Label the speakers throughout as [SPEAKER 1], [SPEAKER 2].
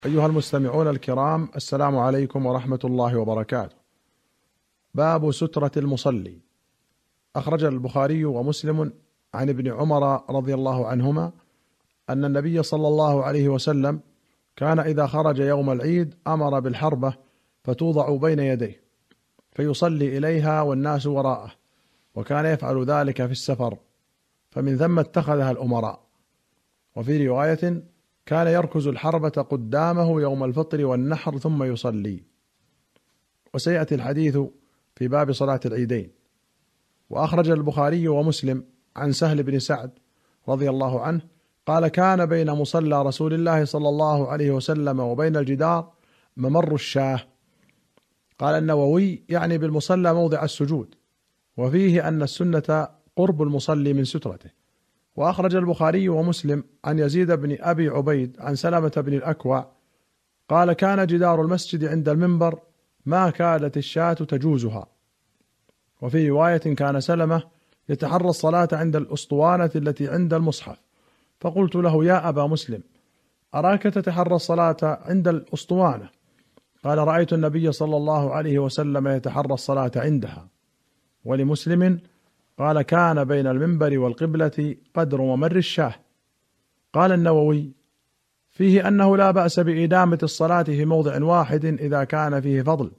[SPEAKER 1] أيها المستمعون الكرام، السلام عليكم ورحمة الله وبركاته. باب سترة المصلي. أخرج البخاري ومسلم عن ابن عمر رضي الله عنهما أن النبي صلى الله عليه وسلم كان إذا خرج يوم العيد أمر بالحربة فتوضع بين يديه فيصلي إليها والناس وراءه، وكان يفعل ذلك في السفر، فمن ثم اتخذها الأمراء. وفي رواية كان يركز الحربة قدامه يوم الفطر والنحر ثم يصلي. وسيأتي الحديث في باب صلاة العيدين. وأخرج البخاري ومسلم عن سهل بن سعد رضي الله عنه قال: كان بين مصلى رسول الله صلى الله عليه وسلم وبين الجدار ممر الشاه. قال النووي: يعني بالمصلى موضع السجود، وفيه أن السنة قرب المصلي من سترته. وأخرج البخاري ومسلم عن يزيد بن أبي عبيد عن سلمة بن الأكوع قال: كان جدار المسجد عند المنبر ما كادت الشاة تجوزها. وفي رواية كان سلمة يتحرى الصلاة عند الأسطوانة التي عند المصحف، فقلت له: يا أبا مسلم، أراك تتحرى الصلاة عند الأسطوانة. قال: رأيت النبي صلى الله عليه وسلم يتحرى الصلاة عندها. ولمسلم قال: كان بين المنبر والقبلة قدر ممر الشاه. قال النووي: فيه أنه لا بأس بإدامة الصلاة في موضع واحد إذا كان فيه فضل.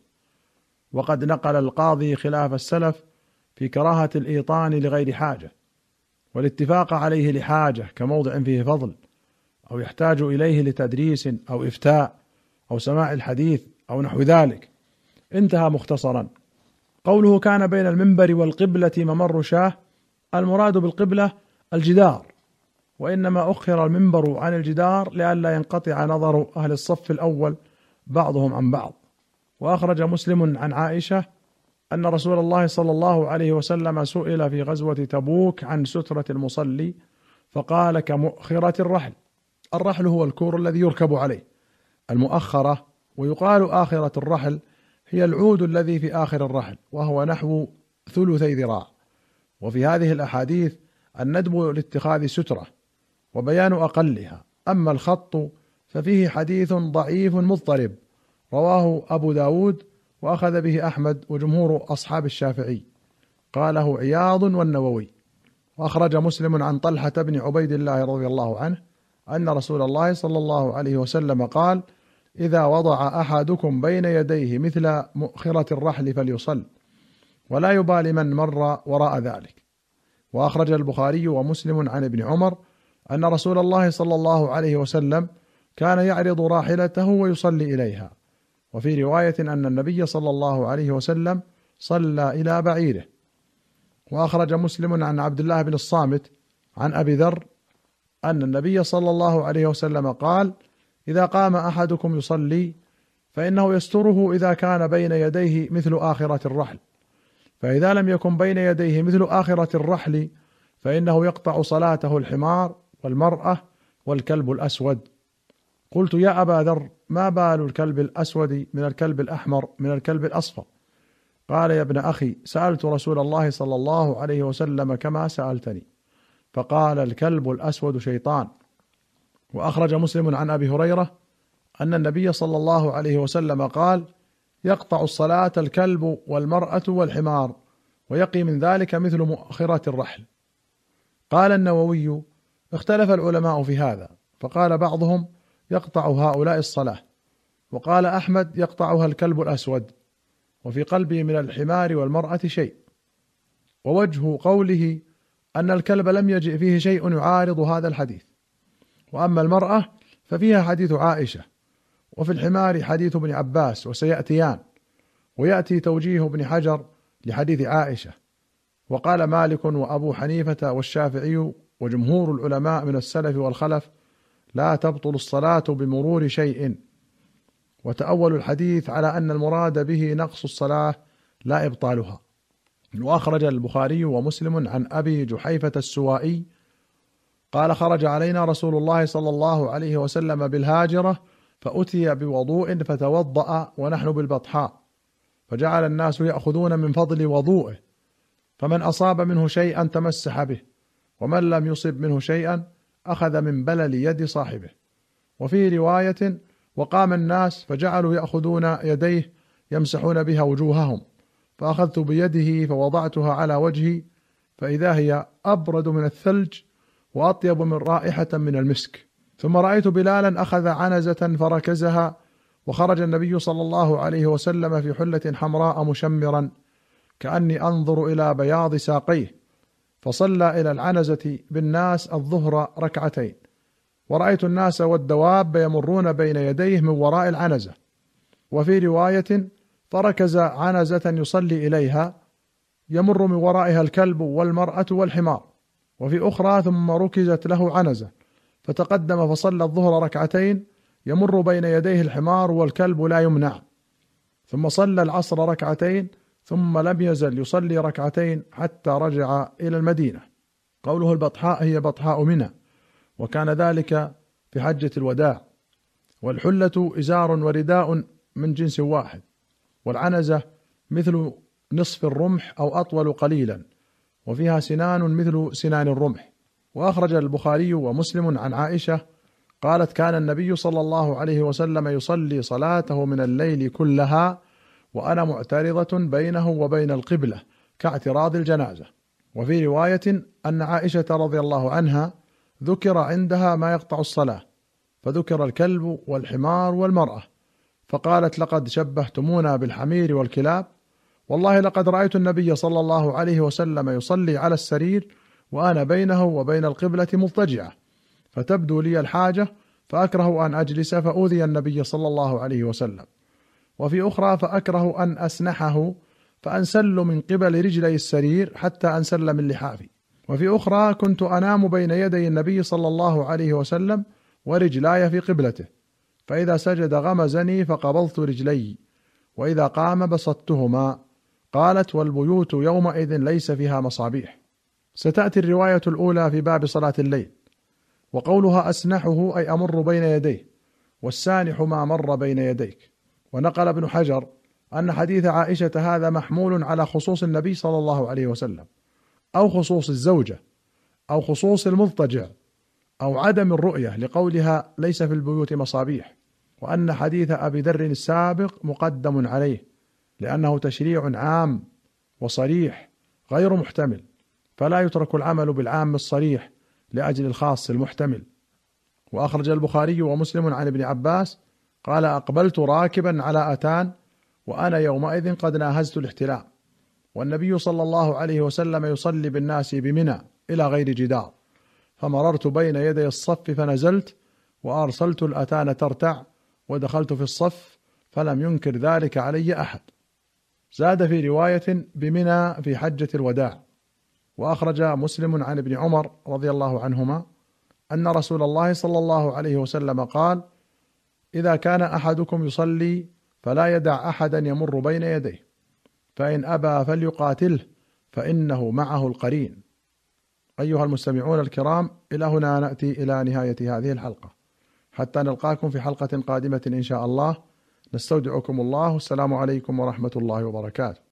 [SPEAKER 1] وقد نقل القاضي خلاف السلف في كراهة الإيطان لغير حاجة، والاتفاق عليه لحاجة كموضع فيه فضل أو يحتاج إليه لتدريس أو إفتاء أو سماع الحديث أو نحو ذلك. انتهى مختصرا. قوله كان بين المنبر والقبلة ممر شاه، المراد بالقبلة الجدار، وإنما أخر المنبر عن الجدار لئلا ينقطع نظر أهل الصف الأول بعضهم عن بعض. وأخرج مسلم عن عائشة أن رسول الله صلى الله عليه وسلم سئل في غزوة تبوك عن سترة المصلي فقال: كمؤخرة الرحل. الرحل هو الكور الذي يركب عليه، المؤخرة، ويقال آخرة الرحل هي العود الذي في آخر الرحل، وهو نحو ثلثي ذراع. وفي هذه الأحاديث الندب لاتخاذ سترة وبيان أقلها. أما الخط ففيه حديث ضعيف مضطرب رواه أبو داود وأخذ به أحمد وجمهور أصحاب الشافعي، قاله عياض والنووي. وأخرج مسلم عن طلحة بن عبيد الله رضي الله عنه أن رسول الله صلى الله عليه وسلم قال: إذا وضع أحدكم بين يديه مثل مؤخرة الرحل فليصل، ولا يبالي من مر وراء ذلك. وأخرج البخاري ومسلم عن ابن عمر أن رسول الله صلى الله عليه وسلم كان يعرض راحلته ويصلي إليها. وفي رواية أن النبي صلى الله عليه وسلم صلى إلى بعيره. وأخرج مسلم عن عبد الله بن الصامت عن أبي ذر أن النبي صلى الله عليه وسلم قال: إذا قام أحدكم يصلي فإنه يستره إذا كان بين يديه مثل آخرة الرحل، فإذا لم يكن بين يديه مثل آخرة الرحل فإنه يقطع صلاته الحمار والمرأة والكلب الأسود. قلت: يا أبا ذر، ما بال الكلب الأسود من الكلب الأحمر من الكلب الأصفر؟ قال: يا ابن أخي، سألت رسول الله صلى الله عليه وسلم كما سألتني، فقال: الكلب الأسود شيطان. وأخرج مسلم عن أبي هريرة أن النبي صلى الله عليه وسلم قال: يقطع الصلاة الكلب والمرأة والحمار، ويقي من ذلك مثل مؤخرة الرحل. قال النووي: اختلف العلماء في هذا، فقال بعضهم: يقطع هؤلاء الصلاة، وقال أحمد: يقطعها الكلب الأسود، وفي قلبي من الحمار والمرأة شيء. ووجه قوله أن الكلب لم يجئ فيه شيء يعارض هذا الحديث. وأما المرأة ففيها حديث عائشة، وفي الحمار حديث ابن عباس وسيأتيان، ويأتي توجيه ابن حجر لحديث عائشة. وقال مالك وأبو حنيفة والشافعي وجمهور العلماء من السلف والخلف: لا تبطل الصلاة بمرور شيء. وتأول الحديث على أن المراد به نقص الصلاة لا إبطالها. وأخرج البخاري ومسلم عن أبي جحيفة السوائي قال: خرج علينا رسول الله صلى الله عليه وسلم بالهاجرة فأتي بوضوء فتوضأ ونحن بالبطحاء، فجعل الناس يأخذون من فضل وضوءه، فمن أصاب منه شيئا تمسح به، ومن لم يصب منه شيئا أخذ من بلل يد صاحبه. وفي رواية: وقام الناس فجعلوا يأخذون يديه يمسحون بها وجوههم، فأخذت بيده فوضعتها على وجهي فإذا هي أبرد من الثلج وأطيب من رائحة من المسك. ثم رأيت بلالا أخذ عنزة فركزها، وخرج النبي صلى الله عليه وسلم في حلة حمراء مشمرا كأني أنظر إلى بياض ساقيه، فصلى إلى العنزة بالناس الظهر ركعتين، ورأيت الناس والدواب يمرون بين يديه من وراء العنزة. وفي رواية فركز عنزة يصلي إليها يمر من ورائها الكلب والمرأة والحمار. وفي أخرى ثم ركزت له عنزة فتقدم فصلى الظهر ركعتين يمر بين يديه الحمار والكلب لا يمنع، ثم صلى العصر ركعتين، ثم لم يزل يصلي ركعتين حتى رجع إلى المدينة. قوله البطحاء هي بطحاء منى، وكان ذلك في حجة الوداع. والحلة إزار ورداء من جنس واحد، والعنزة مثل نصف الرمح أو أطول قليلا، وفيها سنان مثل سنان الرمح. وأخرج البخاري ومسلم عن عائشة قالت: كان النبي صلى الله عليه وسلم يصلي صلاته من الليل كلها وأنا معترضة بينه وبين القبلة كاعتراض الجنازة. وفي رواية أن عائشة رضي الله عنها ذكر عندها ما يقطع الصلاة، فذكر الكلب والحمار والمرأة، فقالت: لقد شبهتمونا بالحمير والكلاب، والله لقد رأيت النبي صلى الله عليه وسلم يصلي على السرير وأنا بينه وبين القبلة مضطجعة، فتبدو لي الحاجة فأكره أن أجلس فأوذي النبي صلى الله عليه وسلم. وفي أخرى: فأكره أن أسنحه فأنسل من قبل رجلي السرير حتى أنسل من لحافي. وفي أخرى: كنت أنام بين يدي النبي صلى الله عليه وسلم ورجلاي في قبلته، فإذا سجد غمزني فقبضت رجلي، وإذا قام بسطتهما. قالت: والبيوت يومئذ ليس فيها مصابيح. ستأتي الرواية الأولى في باب صلاة الليل. وقولها أسنحه أي أمر بين يديه، والسانح ما مر بين يديك. ونقل ابن حجر أن حديث عائشة هذا محمول على خصوص النبي صلى الله عليه وسلم، أو خصوص الزوجة، أو خصوص المضطجع، أو عدم الرؤية لقولها ليس في البيوت مصابيح، وأن حديث أبي ذر السابق مقدم عليه لأنه تشريع عام وصريح غير محتمل، فلا يترك العمل بالعام الصريح لأجل الخاص المحتمل. وأخرج البخاري ومسلم عن ابن عباس قال: أقبلت راكبا على أتان وأنا يومئذ قد ناهزت الاحتلام، والنبي صلى الله عليه وسلم يصلي بالناس بمنى إلى غير جدار، فمررت بين يدي الصف فنزلت وأرسلت الأتان ترتع ودخلت في الصف، فلم ينكر ذلك علي أحد. زاد في رواية: بمنى في حجة الوداع. وأخرج مسلم عن ابن عمر رضي الله عنهما أن رسول الله صلى الله عليه وسلم قال: إذا كان أحدكم يصلي فلا يدع أحدا يمر بين يديه، فإن أبى فليقاتله فإنه معه القرين. أيها المستمعون الكرام، إلى هنا نأتي إلى نهاية هذه الحلقة، حتى نلقاكم في حلقة قادمة إن شاء الله. نستودعكم الله، والسلام عليكم ورحمة الله وبركاته.